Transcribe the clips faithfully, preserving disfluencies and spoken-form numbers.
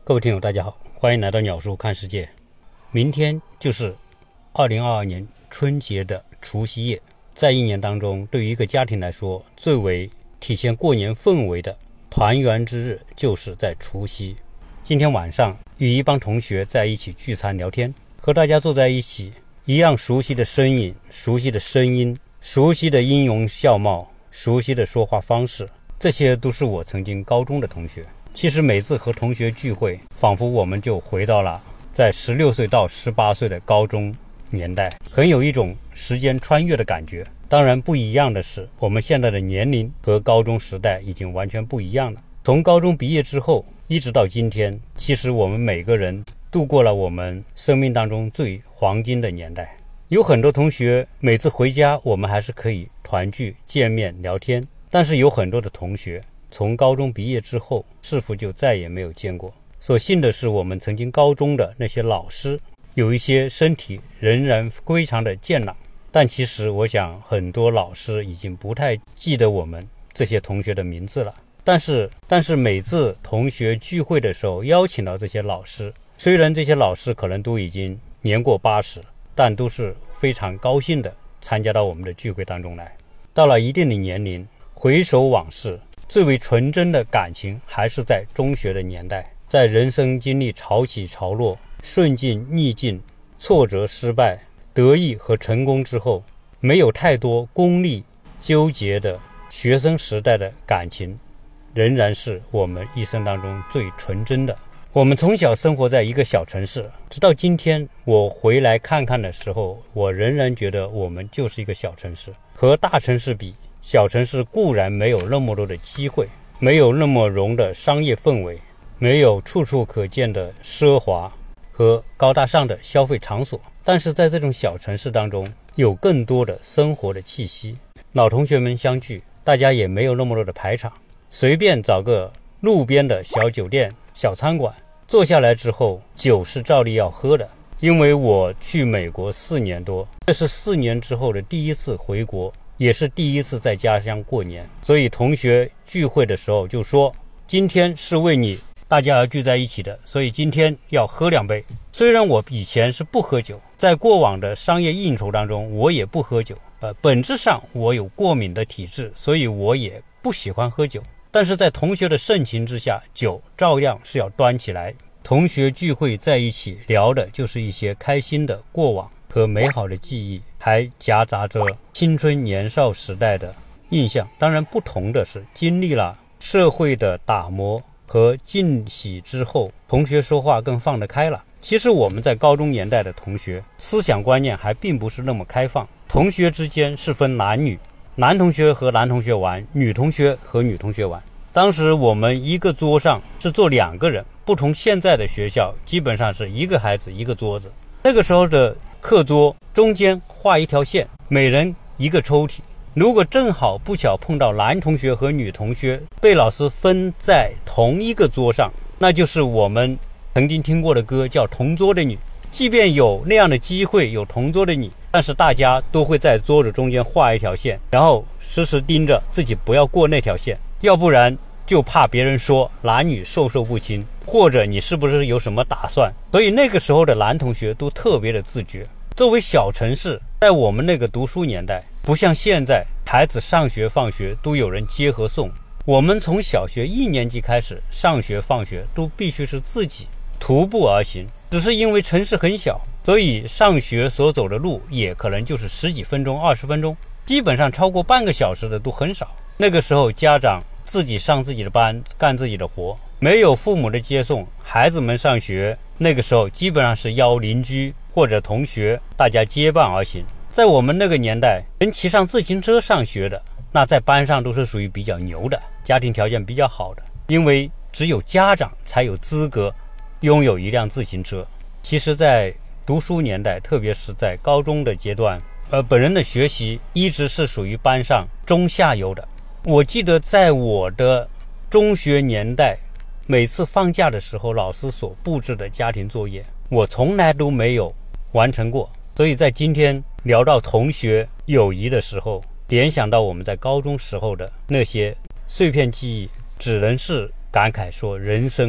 各位听友大家好，欢迎来到鸟叔看世界。明天就是二零二二年春节的除夕夜，在一年当中，对于一个家庭来说，最为体现过年氛围的团圆之日就是在除夕。今天晚上与一帮同学在一起聚餐聊天，和大家坐在一起，一样熟悉的身影，熟悉的声音，熟悉的音容笑貌，熟悉的说话方式，这些都是我曾经高中的同学。其实每次和同学聚会，仿佛我们就回到了在十六岁到十八岁的高中年代，很有一种时间穿越的感觉。当然不一样的是，我们现在的年龄和高中时代已经完全不一样了。从高中毕业之后一直到今天，其实我们每个人度过了我们生命当中最黄金的年代。有很多同学每次回家我们还是可以团聚见面聊天，但是有很多的同学从高中毕业之后是否就再也没有见过。所幸的是，我们曾经高中的那些老师有一些身体仍然非常的健朗，但其实我想很多老师已经不太记得我们这些同学的名字了。但是但是每次同学聚会的时候邀请到这些老师，虽然这些老师可能都已经年过八十，但都是非常高兴的参加到我们的聚会当中来。到了一定的年龄，回首往事，最为纯真的感情还是在中学的年代。在人生经历潮起潮落，顺境逆境，挫折失败，得意和成功之后，没有太多功利纠结的学生时代的感情，仍然是我们一生当中最纯真的。我们从小生活在一个小城市，直到今天我回来看看的时候，我仍然觉得我们就是一个小城市。和大城市比，小城市固然没有那么多的机会，没有那么浓的商业氛围，没有处处可见的奢华和高大上的消费场所，但是在这种小城市当中有更多的生活的气息。老同学们相聚，大家也没有那么多的排场，随便找个路边的小酒店小餐馆坐下来之后，酒是照例要喝的。因为我去美国四年多，这是四年之后的第一次回国，也是第一次在家乡过年，所以同学聚会的时候就说，今天是为你大家要聚在一起的，所以今天要喝两杯。虽然我以前是不喝酒，在过往的商业应酬当中我也不喝酒，呃，本质上我有过敏的体质，所以我也不喜欢喝酒，但是在同学的盛情之下，酒照样是要端起来。同学聚会在一起聊的就是一些开心的过往和美好的记忆，还夹杂着青春年少时代的印象。当然不同的是，经历了社会的打磨和进喜之后，同学说话更放得开了。其实我们在高中年代的同学思想观念还并不是那么开放，同学之间是分男女，男同学和男同学玩，女同学和女同学玩。当时我们一个桌上是坐两个人，不同现在的学校基本上是一个孩子一个桌子。那个时候的课桌中间画一条线，每人一个抽屉，如果正好不巧碰到男同学和女同学被老师分在同一个桌上，那就是我们曾经听过的歌叫同桌的你。即便有那样的机会有同桌的你，但是大家都会在桌子中间画一条线，然后时时盯着自己不要过那条线，要不然就怕别人说男女授受不亲，或者你是不是有什么打算。所以那个时候的男同学都特别的自觉。作为小城市，在我们那个读书年代，不像现在孩子上学放学都有人接和送，我们从小学一年级开始上学放学都必须是自己徒步而行。只是因为城市很小，所以上学所走的路也可能就是十几分钟二十分钟，基本上超过半个小时的都很少。那个时候家长自己上自己的班干自己的活，没有父母的接送，孩子们上学那个时候基本上是邀邻居或者同学大家结伴而行。在我们那个年代，能骑上自行车上学的，那在班上都是属于比较牛的，家庭条件比较好的，因为只有家长才有资格拥有一辆自行车。其实在读书年代，特别是在高中的阶段，呃，本人的学习一直是属于班上中下游的。我记得在我的中学年代，每次放假的时候老师所布置的家庭作业，我从来都没有完成过。所以在今天聊到同学友谊的时候，联想到我们在高中时候的那些碎片记忆，只能是感慨说人生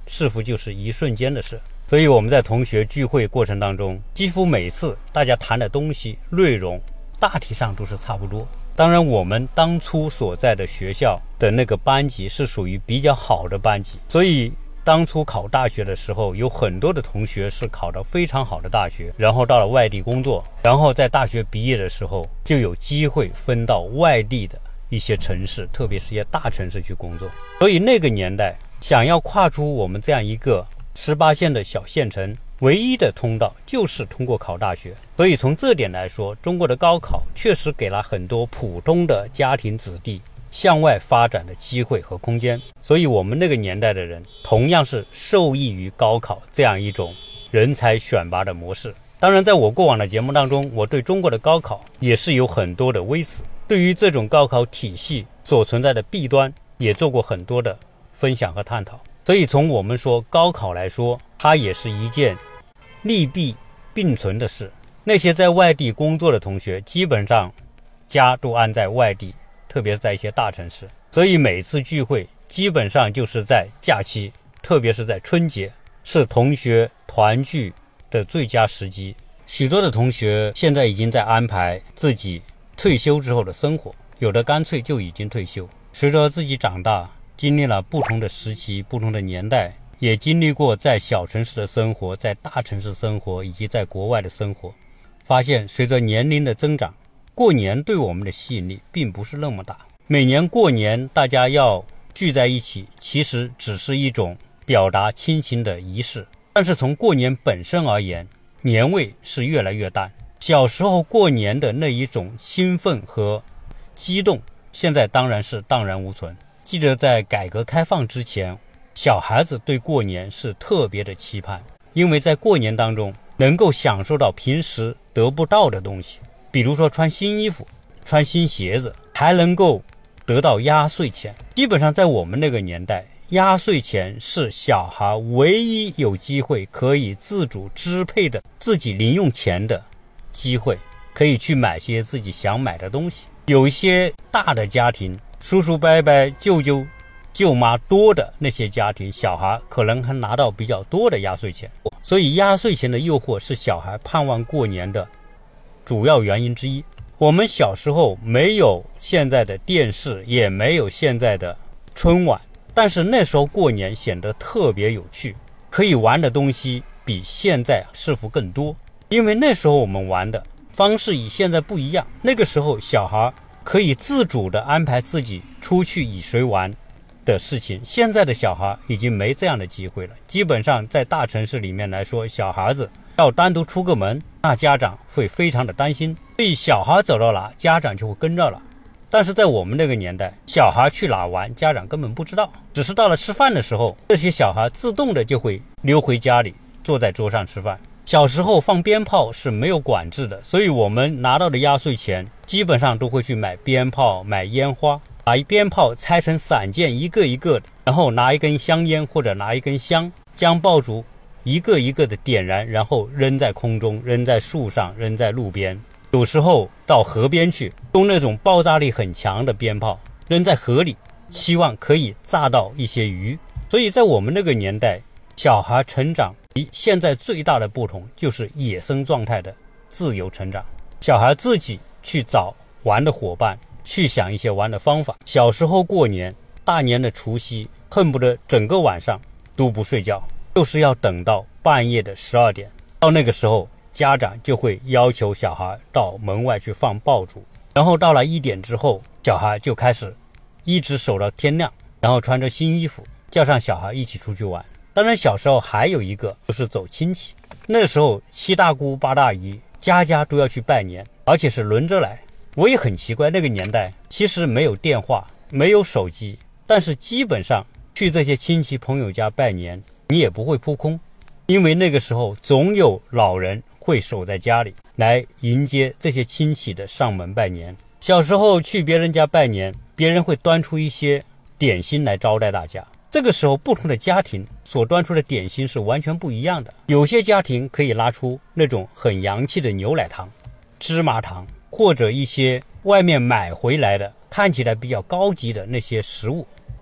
似乎就是一瞬间的事。所以我们在同学聚会过程当中，几乎每次大家谈的东西内容大体上都是差不多。当然我们当初所在的学校的那个班级是属于比较好的班级，所以当初考大学的时候，有很多的同学是考到非常好的大学，然后到了外地工作，然后在大学毕业的时候就有机会分到外地的一些城市，特别是一些大城市去工作。所以那个年代想要跨出我们这样一个十八线的小县城，唯一的通道就是通过考大学。所以从这点来说，中国的高考确实给了很多普通的家庭子弟向外发展的机会和空间。所以我们那个年代的人同样是受益于高考这样一种人才选拔的模式。当然在我过往的节目当中，我对中国的高考也是有很多的微词，对于这种高考体系所存在的弊端也做过很多的分享和探讨。所以从我们说高考来说，它也是一件利弊并存的事。那些在外地工作的同学基本上家都安在外地，特别是在一些大城市，所以每次聚会基本上就是在假期，特别是在春节，是同学团聚的最佳时机。许多的同学现在已经在安排自己退休之后的生活，有的干脆就已经退休。随着自己长大，经历了不同的时期，不同的年代，也经历过在小城市的生活，在大城市生活，以及在国外的生活，发现随着年龄的增长，过年对我们的吸引力并不是那么大。每年过年大家要聚在一起，其实只是一种表达亲情的仪式，但是从过年本身而言，年味是越来越淡。小时候过年的那一种兴奋和激动，现在当然是荡然无存。记得在改革开放之前，小孩子对过年是特别的期盼，因为在过年当中能够享受到平时得不到的东西，比如说穿新衣服，穿新鞋子，还能够得到压岁钱。基本上在我们那个年代，压岁钱是小孩唯一有机会可以自主支配的自己零用钱的机会，可以去买些自己想买的东西。有一些大的家庭，叔叔伯伯舅舅舅妈多的那些家庭，小孩可能还拿到比较多的压岁钱。所以压岁钱的诱惑是小孩盼望过年的主要原因之一。我们小时候没有现在的电视，也没有现在的春晚，但是那时候过年显得特别有趣，可以玩的东西比现在似乎更多。因为那时候我们玩的方式与现在不一样，那个时候小孩可以自主地安排自己出去与谁玩的事情，现在的小孩已经没这样的机会了。基本上在大城市里面来说，小孩子要单独出个门，那家长会非常的担心，所以小孩走到哪，家长就会跟着了。但是在我们那个年代，小孩去哪玩，家长根本不知道，只是到了吃饭的时候，这些小孩自动的就会溜回家里，坐在桌上吃饭。小时候放鞭炮是没有管制的，所以我们拿到的压岁钱基本上都会去买鞭炮，买烟花，把鞭炮拆成散件，一个一个的，然后拿一根香烟或者拿一根香，将爆竹一个一个的点燃，然后扔在空中，扔在树上，扔在路边。有时候到河边去，用那种爆炸力很强的鞭炮扔在河里，希望可以炸到一些鱼。所以在我们那个年代，小孩成长现在最大的不同就是野生状态的自由成长，小孩自己去找玩的伙伴，去想一些玩的方法。小时候过年，大年的除夕，恨不得整个晚上都不睡觉，就是要等到半夜的十二点，到那个时候家长就会要求小孩到门外去放爆竹，然后到了一点之后，小孩就开始一直守到天亮，然后穿着新衣服叫上小孩一起出去玩。当然小时候还有一个就是走亲戚，那时候七大姑八大姨家家都要去拜年，而且是轮着来。我也很奇怪，那个年代其实没有电话，没有手机，但是基本上去这些亲戚朋友家拜年你也不会扑空，因为那个时候总有老人会守在家里来迎接这些亲戚的上门拜年。小时候去别人家拜年，别人会端出一些点心来招待大家，这个时候不同的家庭所端出的点心是完全不一样的。有些家庭可以拿出那种很洋气的牛奶糖、芝麻糖，或者一些外面买回来的看起来比较高级的那些食物，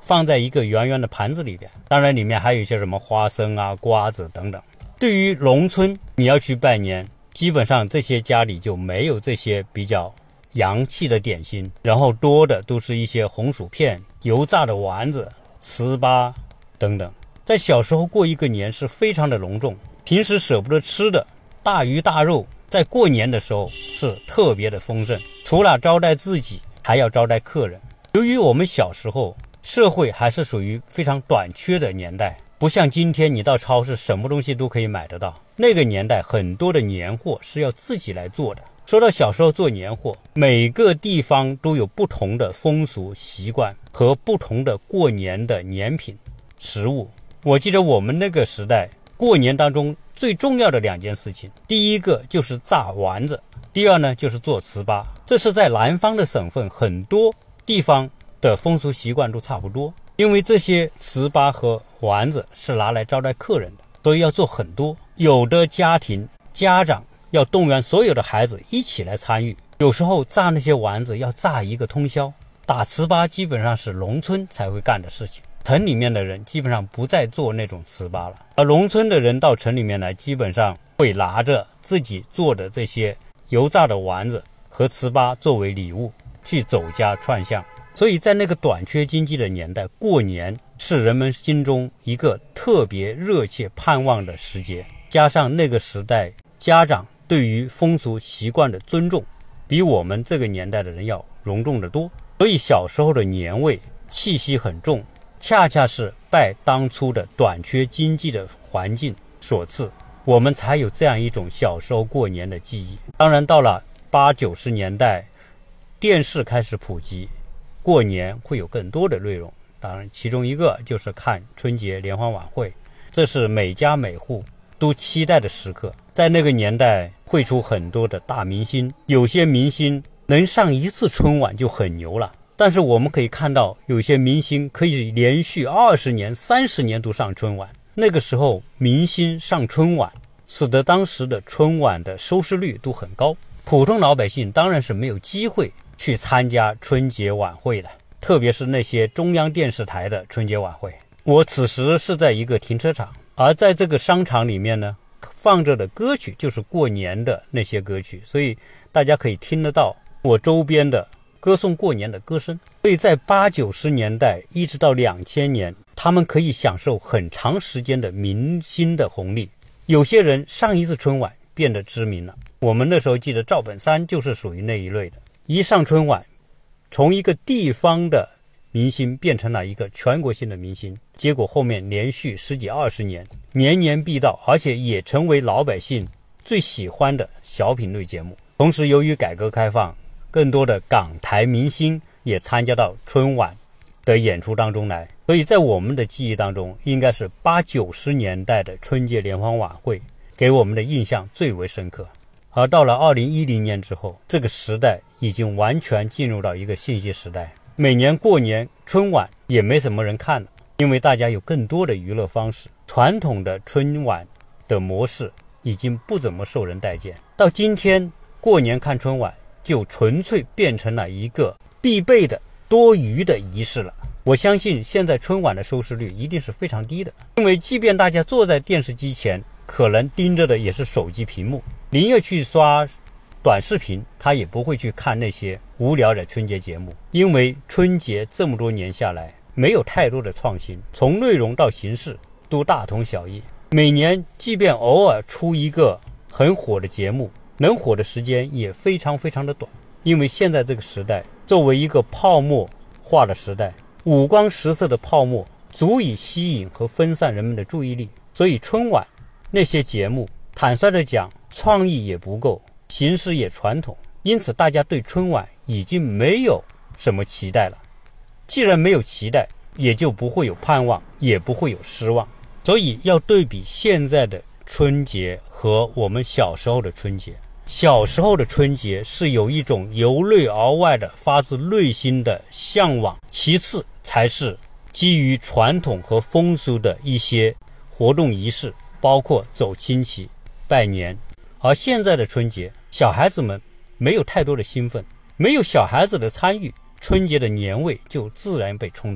放在一个圆圆的盘子里边，当然里面还有一些什么花生啊、瓜子等等。对于农村你要去拜年，基本上这些家里就没有这些比较洋气的点心，然后多的都是一些红薯片、油炸的丸子、糍粑等等。在小时候过一个年是非常的隆重，平时舍不得吃的大鱼大肉，在过年的时候是特别的丰盛，除了招待自己还要招待客人。由于我们小时候社会还是属于非常短缺的年代，不像今天你到超市什么东西都可以买得到，那个年代很多的年货是要自己来做的。说到小时候做年货，每个地方都有不同的风俗习惯和不同的过年的年品食物。我记得我们那个时代过年当中最重要的两件事情，第一个就是炸丸子，第二呢就是做糍粑。这是在南方的省份很多地方的风俗习惯都差不多，因为这些糍粑和丸子是拿来招待客人的，所以要做很多。有的家庭家长要动员所有的孩子一起来参与，有时候炸那些丸子要炸一个通宵。打糍粑基本上是农村才会干的事情，城里面的人基本上不再做那种糍粑了，而农村的人到城里面来，基本上会拿着自己做的这些油炸的丸子和糍粑作为礼物去走家串巷。所以在那个短缺经济的年代，过年是人们心中一个特别热切盼望的时节，加上那个时代家长对于风俗习惯的尊重比我们这个年代的人要隆重得多，所以小时候的年味气息很重，恰恰是拜当初的短缺经济的环境所赐，我们才有这样一种小时候过年的记忆。当然到了八九十年代，电视开始普及，过年会有更多的内容，当然其中一个就是看春节联欢晚会，这是每家每户都期待的时刻。在那个年代会出很多的大明星，有些明星能上一次春晚就很牛了，但是我们可以看到有些明星可以连续二十年三十年都上春晚。那个时候明星上春晚使得当时的春晚的收视率都很高，普通老百姓当然是没有机会去参加春节晚会的，特别是那些中央电视台的春节晚会。我此时是在一个停车场，而在这个商场里面呢，放着的歌曲就是过年的那些歌曲，所以大家可以听得到我周边的歌颂过年的歌声。所以在八九十年代一直到两千年，他们可以享受很长时间的明星的红利。有些人上一次春晚变得知名了，我们那时候记得赵本山就是属于那一类的，一上春晚从一个地方的明星变成了一个全国性的明星，结果后面连续十几二十年年年必到，而且也成为老百姓最喜欢的小品类节目。同时由于改革开放，更多的港台明星也参加到春晚的演出当中来，所以在我们的记忆当中，应该是八九十年代的春节联欢晚会给我们的印象最为深刻。而到了二零一零年之后，这个时代已经完全进入到一个信息时代，每年过年春晚也没什么人看了，因为大家有更多的娱乐方式，传统的春晚的模式已经不怎么受人待见。到今天过年看春晚就纯粹变成了一个必备的多余的仪式了。我相信现在春晚的收视率一定是非常低的，因为即便大家坐在电视机前，可能盯着的也是手机屏幕，宁愿去刷短视频，他也不会去看那些无聊的春节节目。因为春节这么多年下来没有太多的创新，从内容到形式都大同小异。每年即便偶尔出一个很火的节目，能火的时间也非常非常的短。因为现在这个时代作为一个泡沫化的时代，五光十色的泡沫足以吸引和分散人们的注意力，所以春晚那些节目坦率的讲，创意也不够，形式也传统，因此大家对春晚已经没有什么期待了。既然没有期待，也就不会有盼望，也不会有失望。所以要对比现在的春节和我们小时候的春节，小时候的春节是有一种由内而外的发自内心的向往，其次才是基于传统和风俗的一些活动仪式，包括走亲戚拜年。而现在的春节，小孩子们没有太多的兴奋，没有小孩子的参与，春节的年味就自然被冲淡了。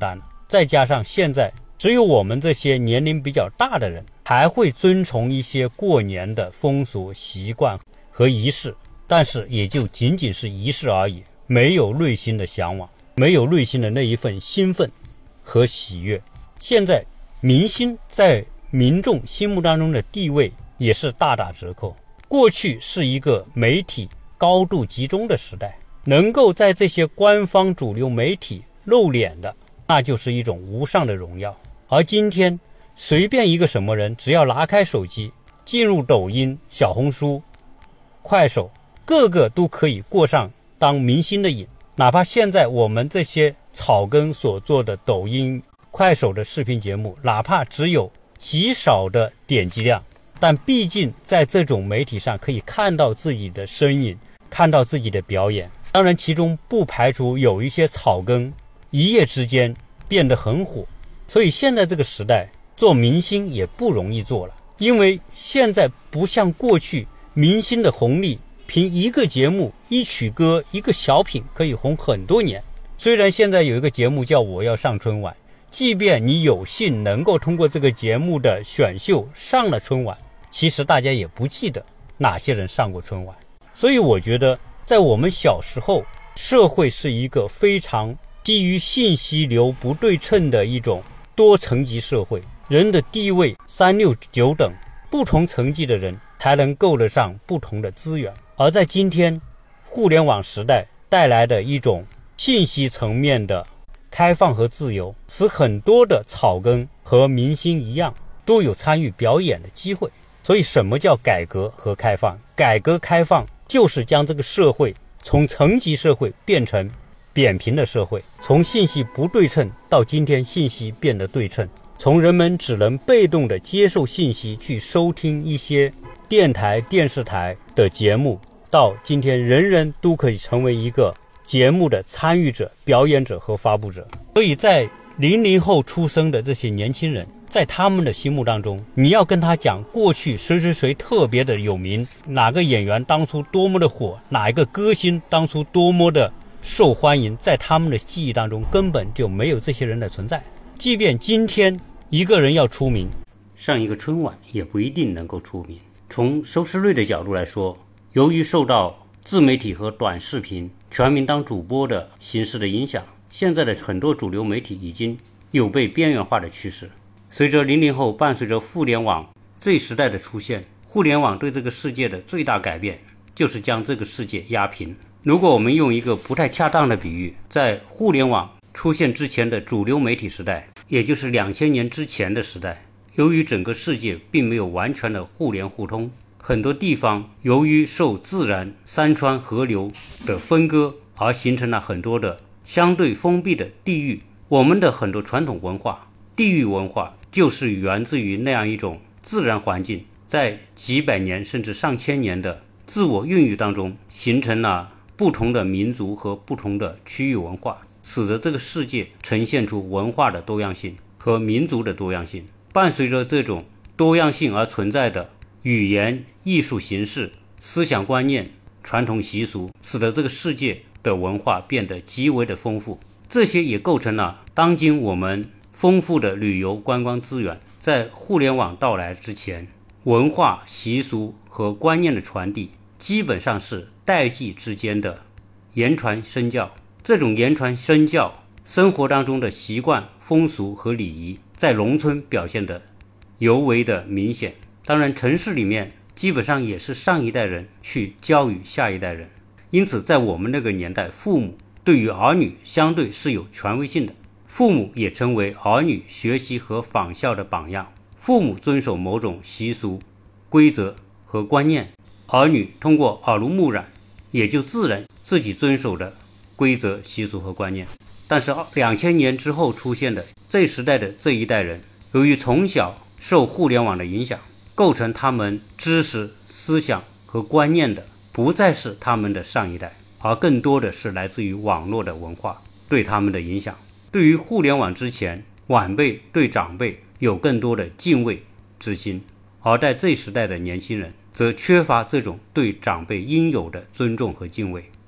再加上现在只有我们这些年龄比较大的人还会遵从一些过年的风俗习惯和仪式，但是也就仅仅是仪式而已，没有内心的向往，没有内心的那一份兴奋和喜悦。现在明星在民众心目当中的地位也是大打折扣。过去是一个媒体高度集中的时代，能够在这些官方主流媒体露脸的，那就是一种无上的荣耀。而今天随便一个什么人，只要拿开手机进入抖音、小红书、快手，个个都可以过上当明星的瘾。哪怕现在我们这些草根所做的抖音、快手的视频节目，哪怕只有极少的点击量，但毕竟在这种媒体上可以看到自己的身影，看到自己的表演。当然其中不排除有一些草根一夜之间变得很火，所以现在这个时代做明星也不容易做了。因为现在不像过去，明星的红利凭一个节目、一曲歌、一个小品可以红很多年。虽然现在有一个节目叫我要上春晚，即便你有幸能够通过这个节目的选秀上了春晚，其实大家也不记得哪些人上过春晚。所以我觉得在我们小时候，社会是一个非常基于信息流不对称的一种多层级社会，人的地位三六九等，不同层级的人才能够得上不同的资源。而在今天互联网时代带来的一种信息层面的开放和自由，使很多的草根和明星一样都有参与表演的机会。所以什么叫改革和开放？改革开放就是将这个社会从层级社会变成扁平的社会，从信息不对称到今天信息变得对称，从人们只能被动的接受信息去收听一些电台电视台的节目，到今天人人都可以成为一个节目的参与者、表演者和发布者。所以在零零后出生的这些年轻人，在他们的心目当中，你要跟他讲过去谁谁谁特别的有名，哪个演员当初多么的火，哪一个歌星当初多么的受欢迎，在他们的记忆当中根本就没有这些人的存在。即便今天一个人要出名，上一个春晚也不一定能够出名。从收视率的角度来说，由于受到自媒体和短视频全民当主播的形式的影响，现在的很多主流媒体已经有被边缘化的趋势。随着零零后伴随着互联网 Z 时代的出现，互联网对这个世界的最大改变就是将这个世界压平。如果我们用一个不太恰当的比喻，在互联网出现之前的主流媒体时代，也就是两千年之前的时代，由于整个世界并没有完全的互联互通，很多地方由于受自然山川河流的分割而形成了很多的相对封闭的地域。我们的很多传统文化，地域文化就是源自于那样一种自然环境，在几百年甚至上千年的自我孕育当中，形成了不同的民族和不同的区域文化，使得这个世界呈现出文化的多样性和民族的多样性。伴随着这种多样性而存在的语言、艺术形式、思想观念、传统习俗，使得这个世界的文化变得极为的丰富。这些也构成了当今我们丰富的旅游观光资源。在互联网到来之前，文化习俗和观念的传递基本上是代际之间的言传身教。这种言传身教，生活当中的习惯、风俗和礼仪，在农村表现得尤为的明显。当然城市里面基本上也是上一代人去教育下一代人。因此在我们那个年代，父母对于儿女相对是有权威性的，父母也成为儿女学习和仿效的榜样。父母遵守某种习俗、规则和观念，儿女通过耳濡目染，也就自然自己遵守的规则、习俗和观念。但是两千年之后出现的这时代的这一代人，由于从小受互联网的影响，构成他们知识、思想和观念的不再是他们的上一代，而更多的是来自于网络的文化对他们的影响。对于互联网之前，晚辈对长辈有更多的敬畏之心，而在这时代的年轻人则缺乏这种对长辈应有的尊重和敬畏。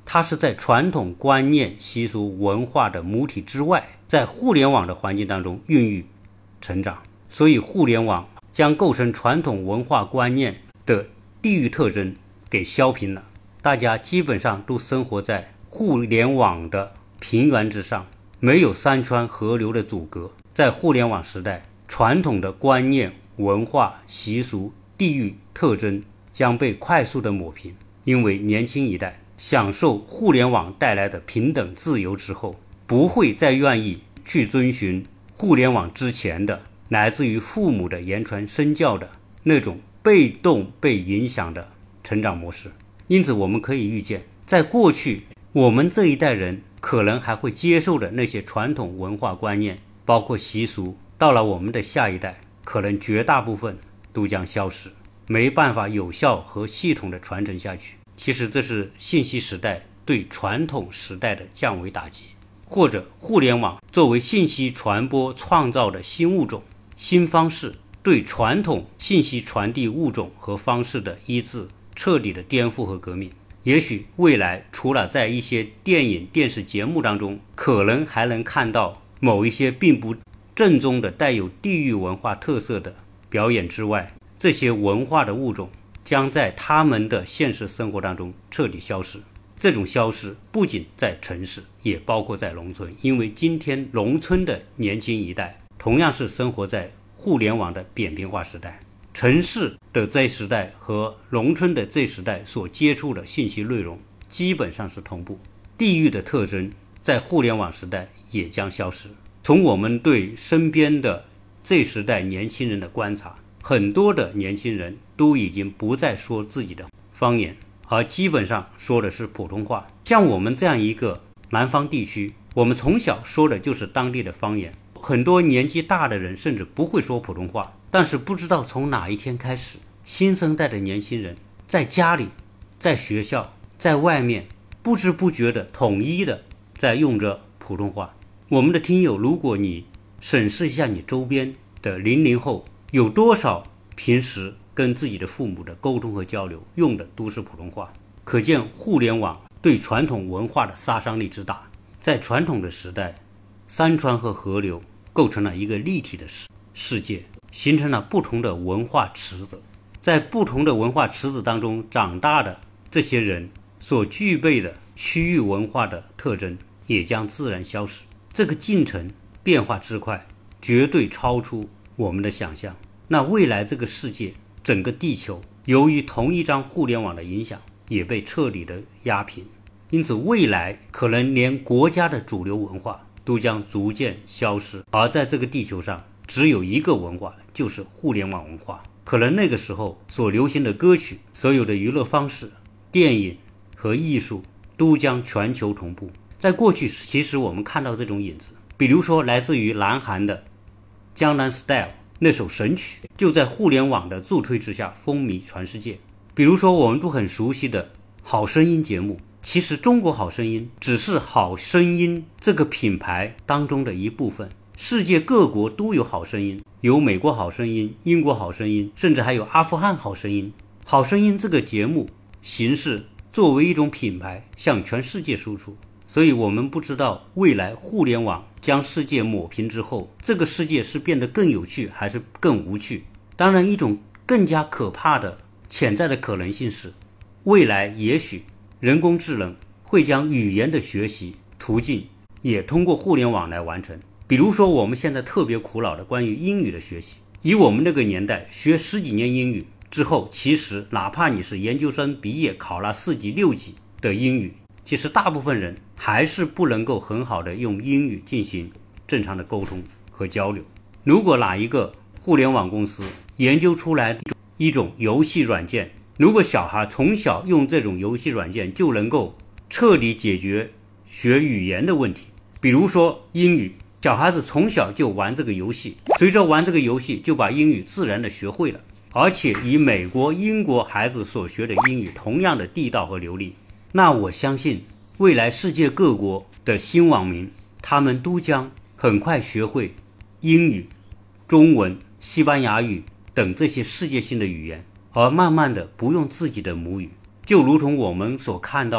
它是在传统观念、习俗、文化的母体之外，在互联网的环境当中孕育成长。所以互联网将构成传统文化观念的地域特征给削平了，大家基本上都生活在互联网的平原之上，没有山川河流的阻隔。在互联网时代，传统的观念、文化、习俗、地域特征将被快速的抹平，因为年轻一代享受互联网带来的平等自由之后，不会再愿意去遵循互联网之前的来自于父母的言传身教的那种被动被影响的成长模式。因此我们可以预见，在过去我们这一代人可能还会接受的那些传统文化观念，包括习俗，到了我们的下一代，可能绝大部分都将消失，没办法有效和系统的传承下去。其实这是信息时代对传统时代的降维打击，或者互联网作为信息传播创造的新物种、新方式，对传统信息传递物种和方式的一致彻底的颠覆和革命。也许未来除了在一些电影电视节目当中可能还能看到某一些并不正宗的带有地域文化特色的表演之外，这些文化的物种将在他们的现实生活当中彻底消失。这种消失不仅在城市，也包括在农村，因为今天农村的年轻一代同样是生活在互联网的扁平化时代，城市的 Z 时代和农村的 Z 时代所接触的信息内容基本上是同步，地域的特征在互联网时代也将消失。从我们对身边的 Z 时代年轻人的观察，很多的年轻人都已经不再说自己的方言，而基本上说的是普通话。像我们这样一个南方地区，我们从小说的就是当地的方言，很多年纪大的人甚至不会说普通话。但是不知道从哪一天开始，新生代的年轻人在家里、在学校、在外面不知不觉的统一的在用着普通话。我们的听友，如果你审视一下你周边的零零后，有多少平时跟自己的父母的沟通和交流用的都是普通话，可见互联网对传统文化的杀伤力之大。在传统的时代，山川和河流构成了一个立体的世界，形成了不同的文化池子，在不同的文化池子当中长大的这些人所具备的区域文化的特征也将自然消失。这个进程变化之快，绝对超出我们的想象。那未来这个世界，整个地球由于同一张互联网的影响，也被彻底的压平。因此未来可能连国家的主流文化都将逐渐消失，而在这个地球上只有一个文化，就是互联网文化。可能那个时候所流行的歌曲、所有的娱乐方式、电影和艺术都将全球同步。在过去其实我们看到这种影子，比如说来自于南韩的江南 Style 那首神曲，就在互联网的助推之下风靡全世界。比如说我们都很熟悉的好声音节目，其实中国好声音只是好声音这个品牌当中的一部分，世界各国都有好声音，有美国好声音、英国好声音，甚至还有阿富汗好声音。好声音这个节目形式作为一种品牌向全世界输出，所以我们不知道未来互联网将世界抹平之后，这个世界是变得更有趣还是更无趣。当然一种更加可怕的潜在的可能性是，未来也许人工智能会将语言的学习途径也通过互联网来完成。比如说我们现在特别苦恼的关于英语的学习，以我们那个年代学十几年英语之后，其实哪怕你是研究生毕业考了四级六级的英语，其实大部分人还是不能够很好的用英语进行正常的沟通和交流。如果哪一个互联网公司研究出来一种游戏软件，如果小孩从小用这种游戏软件就能够彻底解决学语言的问题，比如说英语，小孩子从小就玩这个游戏，随着玩这个游戏就把英语自然的学会了，而且以美国、英国孩子所学的英语同样的地道和流利，那我相信未来世界各国的新网民，他们都将很快学会英语、中文、西班牙语等这些世界性的语言，而慢慢的不用自己的母语。就如同我们所看到的，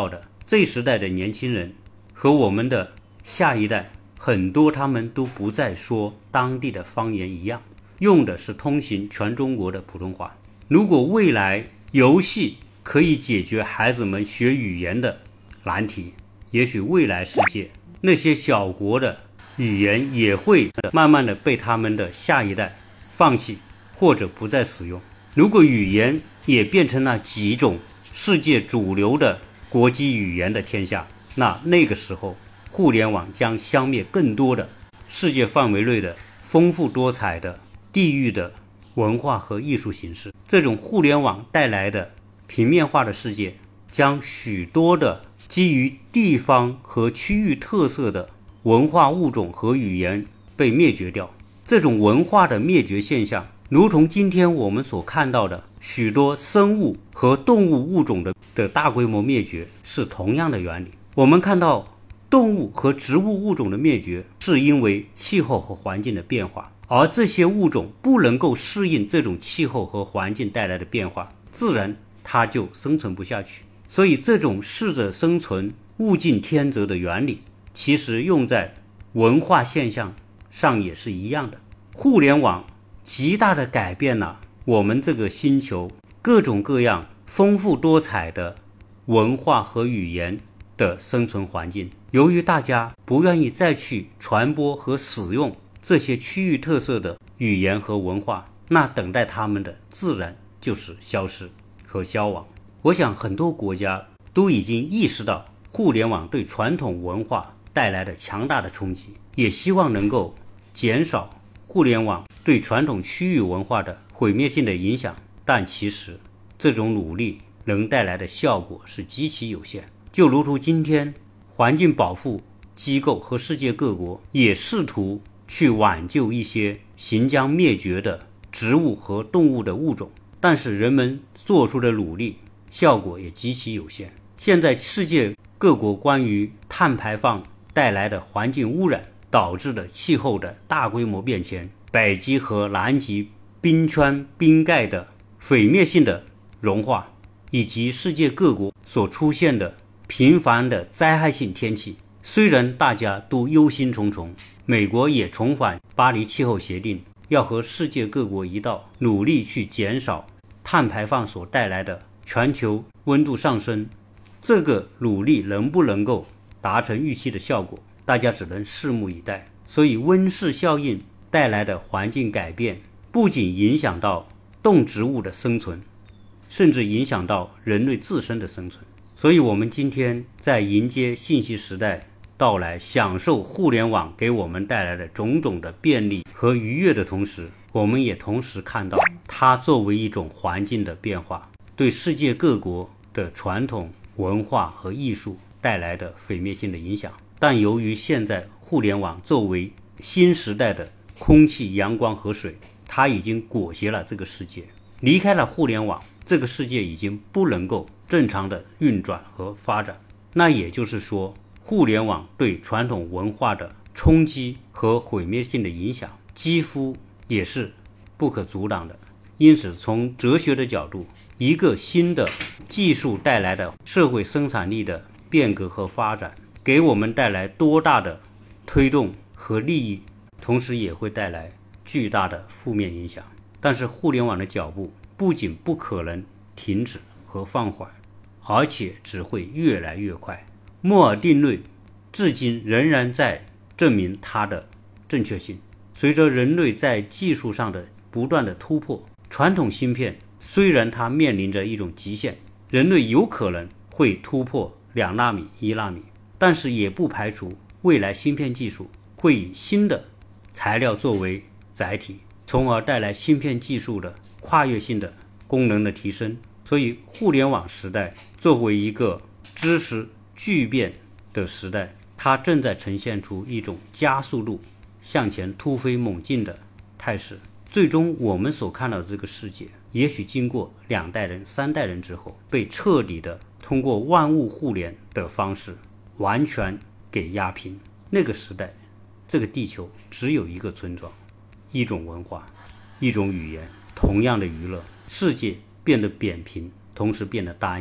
这时代的年轻人和我们的下一代，很多他们都不再说当地的方言一样，用的是通行全中国的普通话。如果未来游戏可以解决孩子们学语言的难题，也许未来世界那些小国的语言也会慢慢的被他们的下一代放弃或者不再使用。如果语言也变成了几种世界主流的国际语言的天下，那那个时候互联网将消灭更多的世界范围内的丰富多彩的地域的文化和艺术形式。这种互联网带来的平面化的世界，将许多的基于地方和区域特色的文化物种和语言被灭绝掉。这种文化的灭绝现象，如同今天我们所看到的许多生物和动物物种的的大规模灭绝是同样的原理。我们看到动物和植物物种的灭绝是因为气候和环境的变化，而这些物种不能够适应这种气候和环境带来的变化，自然它就生存不下去。所以这种适者生存物竞天择的原理，其实用在文化现象上也是一样的。互联网极大地改变了我们这个星球各种各样丰富多彩的文化和语言的生存环境。由于大家不愿意再去传播和使用这些区域特色的语言和文化，那等待他们的自然就是消失和消亡。我想很多国家都已经意识到互联网对传统文化带来的强大的冲击，也希望能够减少互联网对传统区域文化的毁灭性的影响，但其实这种努力能带来的效果是极其有限。就如同今天环境保护机构和世界各国也试图去挽救一些行将灭绝的植物和动物的物种，但是人们做出的努力效果也极其有限。现在世界各国关于碳排放带来的环境污染导致的气候的大规模变迁，北极和南极冰川冰盖的毁灭性的融化，以及世界各国所出现的频繁的灾害性天气，虽然大家都忧心忡忡，美国也重返巴黎气候协定，要和世界各国一道努力去减少碳排放所带来的全球温度上升。这个努力能不能够达成预期的效果，大家只能拭目以待。所以温室效应带来的环境改变不仅影响到动植物的生存，甚至影响到人类自身的生存。所以我们今天在迎接信息时代到来，享受互联网给我们带来的种种的便利和愉悦的同时，我们也同时看到它作为一种环境的变化，对世界各国的传统文化和艺术带来的毁灭性的影响。但由于现在互联网作为新时代的空气、阳光和水，它已经裹挟了这个世界。离开了互联网，这个世界已经不能够正常的运转和发展。那也就是说，互联网对传统文化的冲击和毁灭性的影响几乎也是不可阻挡的。因此从哲学的角度，一个新的技术带来的社会生产力的变革和发展，给我们带来多大的推动和利益，同时也会带来巨大的负面影响。但是互联网的脚步不仅不可能停止和放缓，而且只会越来越快。摩尔定律至今仍然在证明它的正确性。随着人类在技术上的不断的突破，传统芯片虽然它面临着一种极限，人类有可能会突破两纳米、一纳米，但是也不排除未来芯片技术会以新的材料作为载体，从而带来芯片技术的跨越性的功能的提升。所以互联网时代作为一个知识巨变的时代，它正在呈现出一种加速度向前突飞猛进的态势。最终我们所看到的这个世界，也许经过两代人、三代人之后，被彻底的通过万物互联的方式完全给压平。那个时代，这个地球只有一个村庄，一种文化，一种语言，同样的娱乐，世界变得扁平，同时变得单一。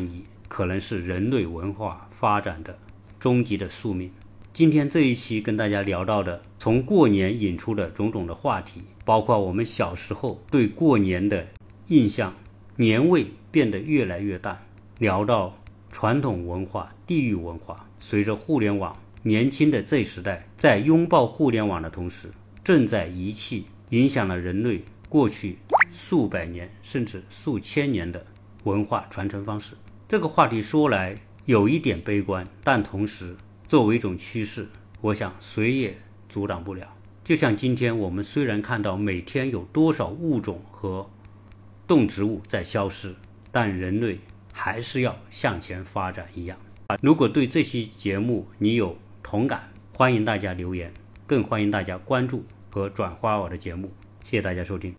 可能是人类文化发展的终极的宿命。今天这一期跟大家聊到的，从过年引出的种种的话题，包括我们小时候对过年的印象，年味变得越来越淡，聊到传统文化、地域文化，随着互联网，年轻的 Z 时代在拥抱互联网的同时，正在遗弃影响了人类过去数百年甚至数千年的文化传承方式。这个话题说来有一点悲观，但同时作为一种趋势，我想谁也阻挡不了。就像今天我们虽然看到每天有多少物种和动植物在消失，但人类还是要向前发展一样。如果对这期节目你有同感，欢迎大家留言，更欢迎大家关注和转发我的节目。谢谢大家收听。